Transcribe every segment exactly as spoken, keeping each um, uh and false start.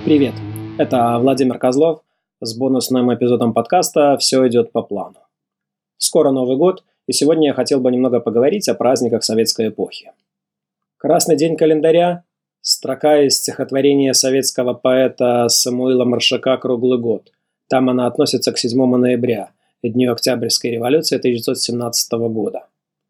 Привет, это Владимир Козлов с бонусным эпизодом подкаста «Все идет по плану». Скоро Новый год, и сегодня я хотел бы немного поговорить о праздниках советской эпохи. Красный день календаря – строка из стихотворения советского поэта Самуила Маршака «Круглый год». Там она относится к седьмому ноября, дню Октябрьской революции тысяча девятьсот семнадцатого года.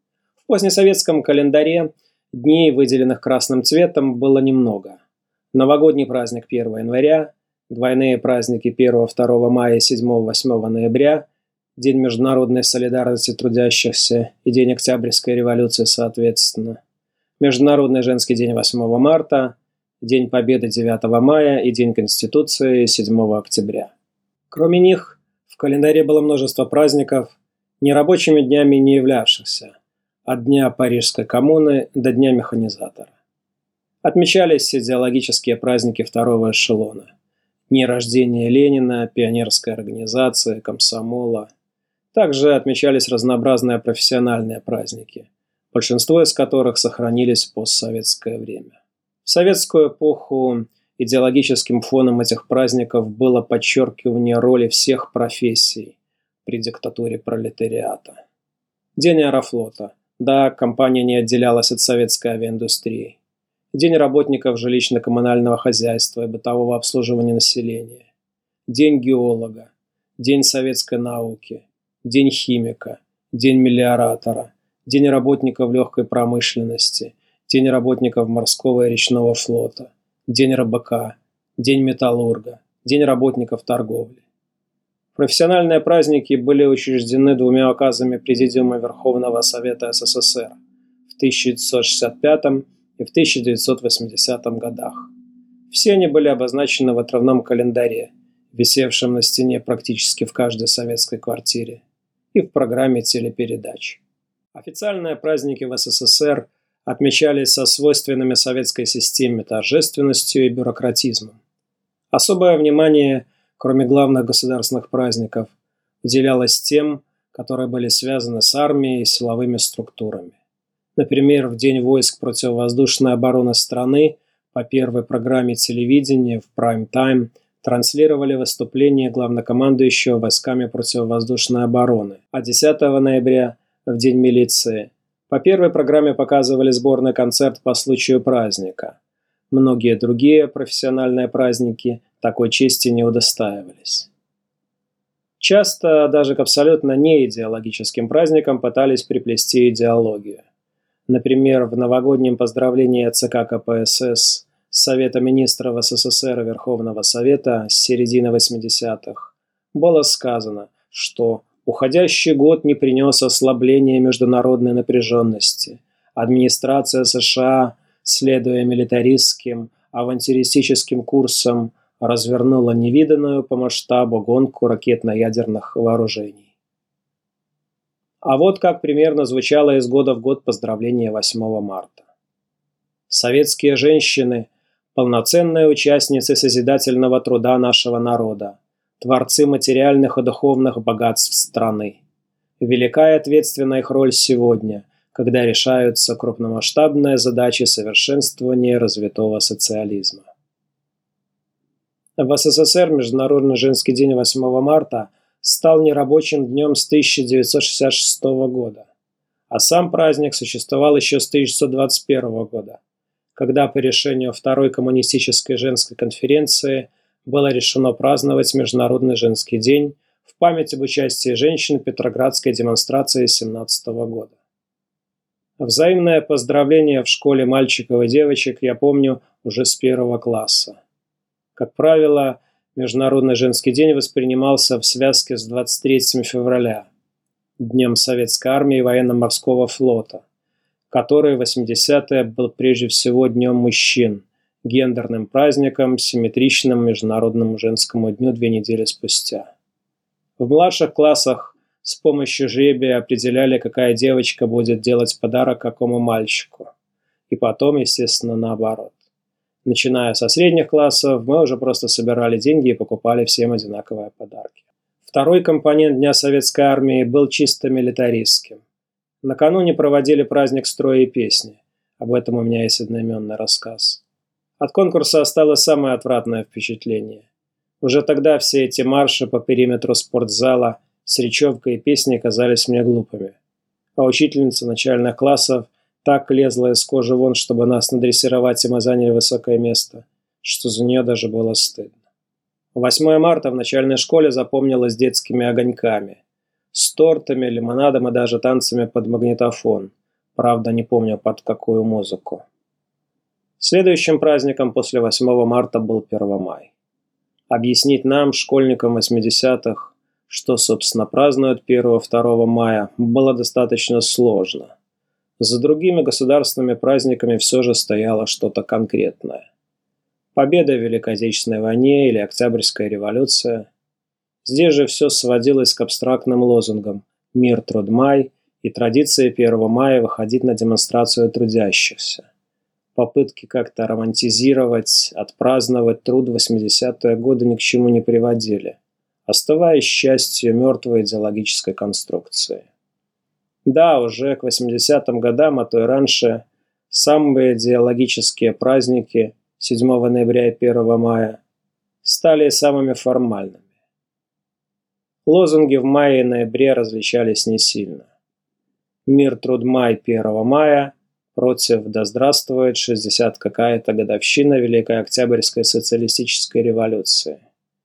В позднесоветском календаре дней, выделенных красным цветом, было немного. Новогодний праздник первого января, двойные праздники первого-второго мая и седьмого-восьмого ноября, День международной солидарности трудящихся и День Октябрьской революции соответственно, Международный женский день восьмого марта, День Победы девятого мая и День Конституции седьмого октября. Кроме них, в календаре было множество праздников, нерабочими днями не являвшихся, от Дня Парижской коммуны до Дня механизатора. Отмечались идеологические праздники второго эшелона. Дни рождения Ленина, пионерской организации, комсомола. Также отмечались разнообразные профессиональные праздники, большинство из которых сохранились в постсоветское время. В советскую эпоху идеологическим фоном этих праздников было подчеркивание роли всех профессий при диктатуре пролетариата. День аэрофлота. Да, компания не отделялась от советской авиаиндустрии. День работников жилищно-коммунального хозяйства и бытового обслуживания населения. День геолога. День советской науки. День химика. День мелиоратора. День работников легкой промышленности. День работников морского и речного флота. День рыбака. День металлурга. День работников торговли. Профессиональные праздники были учреждены двумя указами Президиума Верховного Совета СССР в тысяча девятьсот шестьдесят пятом и в тысяча девятьсот восьмидесятом годах. Все они были обозначены в отрывном календаре, висевшем на стене практически в каждой советской квартире, и в программе телепередач. Официальные праздники в СССР отмечались со свойственными советской системе торжественностью и бюрократизмом. Особое внимание, кроме главных государственных праздников, уделялось тем, которые были связаны с армией и силовыми структурами. Например, в День войск противовоздушной обороны страны по первой программе телевидения в прайм-тайм транслировали выступление главнокомандующего войсками противовоздушной обороны, а десятого ноября, в День милиции, по первой программе показывали сборный концерт по случаю праздника. Многие другие профессиональные праздники такой чести не удостаивались. Часто даже к абсолютно неидеологическим праздникам пытались приплести идеологию. Например, в новогоднем поздравлении ЦК КПСС Совета Министров СССР и Верховного Совета с середины восьмидесятых было сказано, что уходящий год не принес ослабления международной напряженности. Администрация США, следуя милитаристским, авантюристическим курсам, развернула невиданную по масштабу гонку ракетно-ядерных вооружений. А вот как примерно звучало из года в год поздравление восьмого марта. Советские женщины – полноценные участницы созидательного труда нашего народа, творцы материальных и духовных богатств страны. Велика и ответственна их роль сегодня, когда решаются крупномасштабные задачи совершенствования развитого социализма. В СССР Международный женский день восьмого марта стал нерабочим днем с тысяча девятьсот шестьдесят шестого года, а сам праздник существовал еще с тысяча девятьсот двадцать первого года, когда по решению Второй коммунистической женской конференции было решено праздновать Международный женский день в память об участии женщин в Петроградской демонстрации семнадцатого года. Взаимное поздравление в школе мальчиков и девочек я помню уже с первого класса. Как правило, Международный женский день воспринимался в связке с двадцать третьим февраля, Днем Советской армии и военно-морского флота, который в восьмидесятые был прежде всего Днем мужчин, гендерным праздником, симметричным Международному женскому дню две недели спустя. В младших классах с помощью жребия определяли, какая девочка будет делать подарок какому мальчику, и потом, естественно, наоборот. Начиная со средних классов, мы уже просто собирали деньги и покупали всем одинаковые подарки. Второй компонент Дня Советской армии был чисто милитаристским. Накануне проводили праздник строя и песни. Об этом у меня есть одноименный рассказ. От конкурса осталось самое отвратное впечатление. Уже тогда все эти марши по периметру спортзала с речевкой и песней казались мне глупыми. А учительница начальных классов так лезла из кожи вон, чтобы нас надрессировать, и мы заняли высокое место, что за нее даже было стыдно. восьмое марта в начальной школе запомнилось детскими огоньками, с тортами, лимонадом и даже танцами под магнитофон. Правда, не помню, под какую музыку. Следующим праздником после восьмого марта был Первомай. Объяснить нам, школьникам восьмидесятых, что, собственно, празднуют первого-второго мая, было достаточно сложно. За другими государственными праздниками все же стояло что-то конкретное. Победа в Великой Отечественной войне или Октябрьская революция. Здесь же все сводилось к абстрактным лозунгам «Мир, труд, май» и традиции первого мая выходить на демонстрацию трудящихся. Попытки как-то романтизировать, отпраздновать труд в восьмидесятые годы ни к чему не приводили, оставаясь частью мертвой идеологической конструкции. Да, уже к восьмидесятым годам, а то и раньше, самые идеологические праздники седьмого ноября и первого мая стали самыми формальными. Лозунги в мае и ноябре различались не сильно. «Мир, труд, май» первого мая против «Да здравствует шестьдесят какая-то годовщина Великой Октябрьской социалистической революции».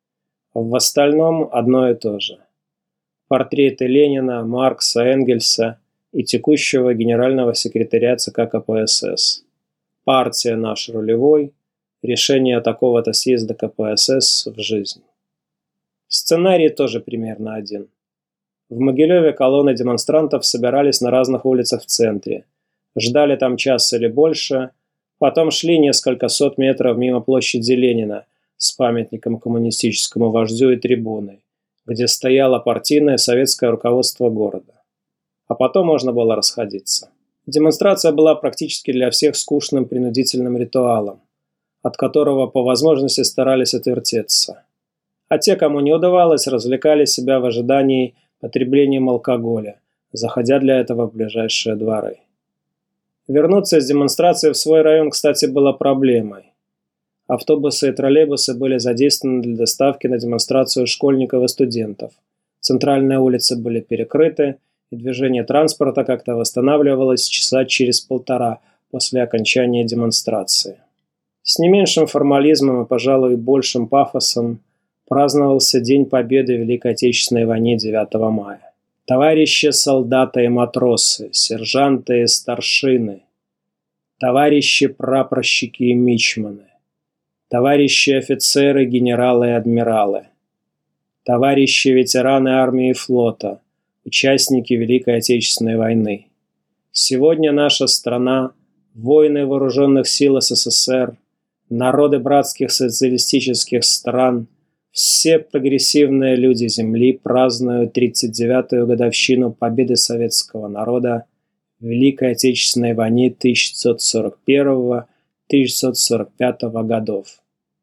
В остальном одно и то же. Портреты Ленина, Маркса, Энгельса и текущего генерального секретаря ЦК КПСС. Партия наш рулевой, решение такого-то съезда КПСС в жизнь. Сценарий тоже примерно один. В Могилеве колонны демонстрантов собирались на разных улицах в центре. Ждали там час или больше, потом шли несколько сот метров мимо площади Ленина с памятником коммунистическому вождю и трибуной, где стояло партийное советское руководство города. А потом можно было расходиться. Демонстрация была практически для всех скучным принудительным ритуалом, от которого по возможности старались отвертеться. А те, кому не удавалось, развлекали себя в ожидании потреблением алкоголя, заходя для этого в ближайшие дворы. Вернуться из демонстрации в свой район, кстати, было проблемой. Автобусы и троллейбусы были задействованы для доставки на демонстрацию школьников и студентов. Центральные улицы были перекрыты, и движение транспорта как-то восстанавливалось часа через полтора после окончания демонстрации. С не меньшим формализмом и, пожалуй, большим пафосом праздновался День Победы в Великой Отечественной войне девятого мая. Товарищи солдаты и матросы, сержанты и старшины, товарищи прапорщики и мичманы, товарищи офицеры, генералы и адмиралы, товарищи ветераны армии и флота, участники Великой Отечественной войны. Сегодня наша страна, воины вооруженных сил СССР, народы братских социалистических стран, все прогрессивные люди Земли празднуют тридцать девятую годовщину победы советского народа в Великой Отечественной войне тысяча девятьсот сорок первого — тысяча девятьсот сорок пятого годов.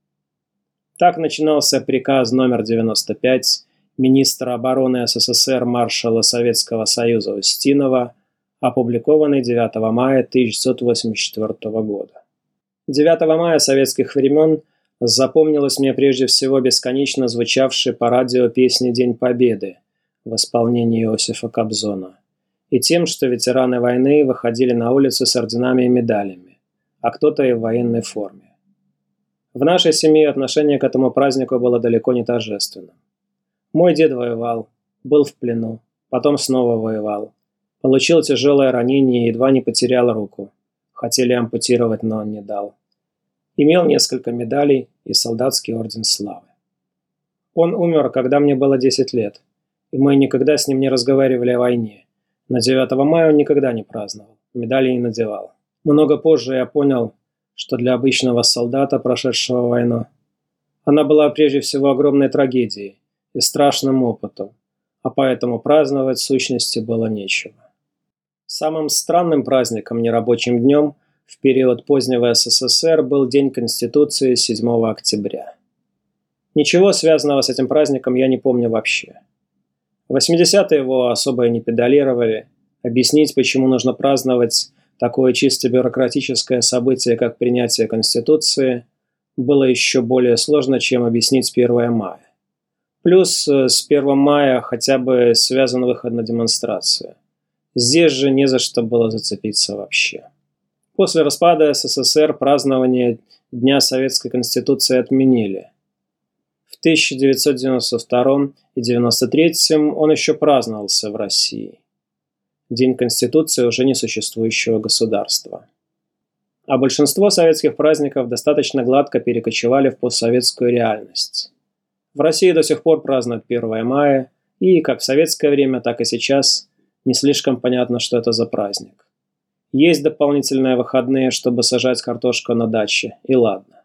Так начинался приказ номер девяносто пять министра обороны СССР маршала Советского Союза Устинова, опубликованный девятого мая тысяча девятьсот восемьдесят четвёртого года. девятого мая советских времен запомнилась мне прежде всего бесконечно звучавшей по радио песни «День Победы» в исполнении Иосифа Кобзона, и тем, что ветераны войны выходили на улицу с орденами и медалями, а кто-то и в военной форме. В нашей семье отношение к этому празднику было далеко не торжественным. Мой дед воевал, был в плену, потом снова воевал, получил тяжелое ранение и едва не потерял руку. Хотели ампутировать, но он не дал. Имел несколько медалей и солдатский орден славы. Он умер, когда мне было десять лет, и мы никогда с ним не разговаривали о войне. На девятого мая он никогда не праздновал, медали не надевал. Много позже я понял, что для обычного солдата, прошедшего войну, она была прежде всего огромной трагедией и страшным опытом, а поэтому праздновать в сущности было нечего. Самым странным праздником, нерабочим днем в период позднего СССР был День Конституции седьмого октября. Ничего связанного с этим праздником я не помню вообще. В восьмидесятые его особо и не педалировали. Объяснить, почему нужно праздновать такое чисто бюрократическое событие, как принятие Конституции, было еще более сложно, чем объяснить первое мая. Плюс с первым мая хотя бы связан выход на демонстрацию. Здесь же не за что было зацепиться вообще. После распада СССР празднование Дня Советской Конституции отменили. В тысяча девятьсот девяносто втором и девяносто третьем он еще праздновался в России. День Конституции уже несуществующего государства. А большинство советских праздников достаточно гладко перекочевали в постсоветскую реальность. В России до сих пор празднуют первое мая, и как в советское время, так и сейчас не слишком понятно, что это за праздник. Есть дополнительные выходные, чтобы сажать картошку на даче, и ладно.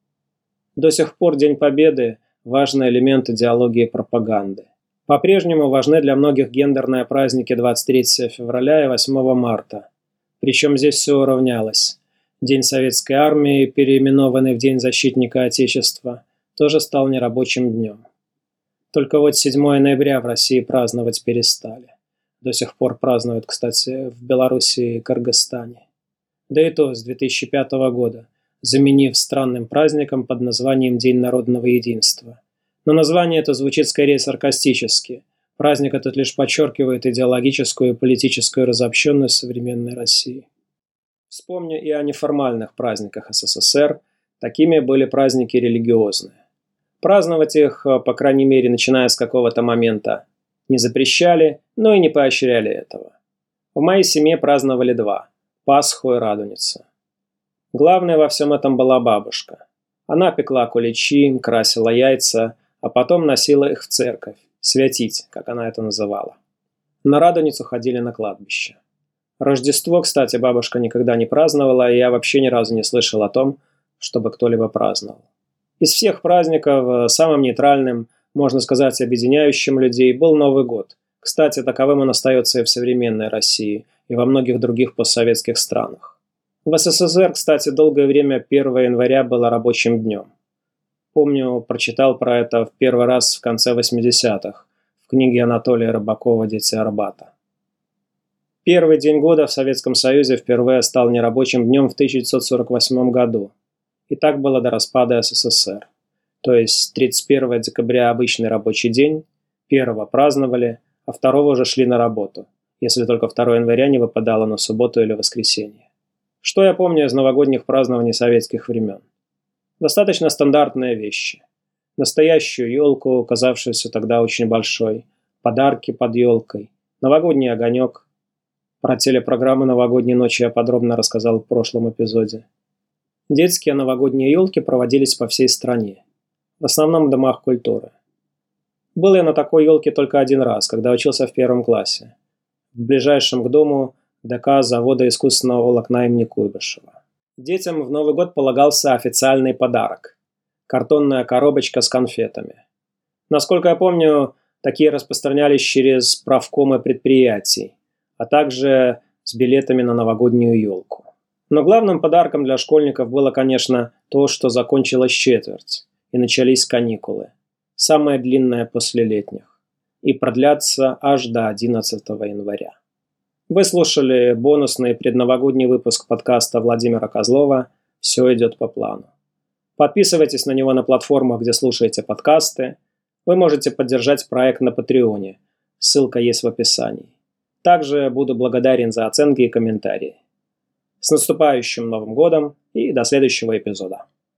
До сих пор День Победы – важный элемент идеологии и пропаганды. По-прежнему важны для многих гендерные праздники двадцать третьего февраля и восьмого марта. Причем здесь все уравнялось. День Советской Армии, переименованный в День Защитника Отечества, тоже стал нерабочим днем. Только вот седьмого ноября в России праздновать перестали. До сих пор празднуют, кстати, в Белоруссии и Кыргызстане. Да и то с две тысячи пятого года, заменив странным праздником под названием День народного единства. Но название это звучит скорее саркастически. Праздник этот лишь подчеркивает идеологическую и политическую разобщенность современной России. Вспомню и о неформальных праздниках СССР. Такими были праздники религиозные. Праздновать их, по крайней мере, начиная с какого-то момента, не запрещали, но и не поощряли этого. В моей семье праздновали два – Пасху и Радоницу. Главной во всем этом была бабушка. Она пекла куличи, красила яйца, а потом носила их в церковь, святить, как она это называла. На Радоницу ходили на кладбище. Рождество, кстати, бабушка никогда не праздновала, и я вообще ни разу не слышал о том, чтобы кто-либо праздновал. Из всех праздников самым нейтральным, можно сказать, объединяющим людей был Новый год. Кстати, таковым он остается и в современной России, и во многих других постсоветских странах. В СССР, кстати, долгое время первого января было рабочим днем. Помню, прочитал про это в первый раз в конце восьмидесятых в книге Анатолия Рыбакова «Дети Арбата». Первый день года в Советском Союзе впервые стал нерабочим днем в тысяча девятьсот сорок восьмом году. И так было до распада СССР. То есть тридцать первого декабря обычный рабочий день, первого праздновали, а второго уже шли на работу, если только второго января не выпадало на субботу или воскресенье. Что я помню из новогодних празднований советских времен? Достаточно стандартные вещи. Настоящую елку, казавшуюся тогда очень большой, подарки под елкой, новогодний огонек. Про телепрограмму «Новогодней ночи» я подробно рассказал в прошлом эпизоде. Детские новогодние елки проводились по всей стране, в основном в домах культуры. Был я на такой елке только один раз, когда учился в первом классе, в ближайшем к дому ДК завода искусственного волокна имени Куйбышева. Детям в Новый год полагался официальный подарок – картонная коробочка с конфетами. Насколько я помню, такие распространялись через правкомы предприятий, а также с билетами на новогоднюю елку. Но главным подарком для школьников было, конечно, то, что закончилась четверть, и начались каникулы, самые длинные после летних, и продлятся аж до одиннадцатого января. Вы слушали бонусный предновогодний выпуск подкаста Владимира Козлова «Все идет по плану». Подписывайтесь на него на платформах, где слушаете подкасты. Вы можете поддержать проект на Патреоне. Ссылка есть в описании. Также буду благодарен за оценки и комментарии. С наступающим Новым годом и до следующего эпизода.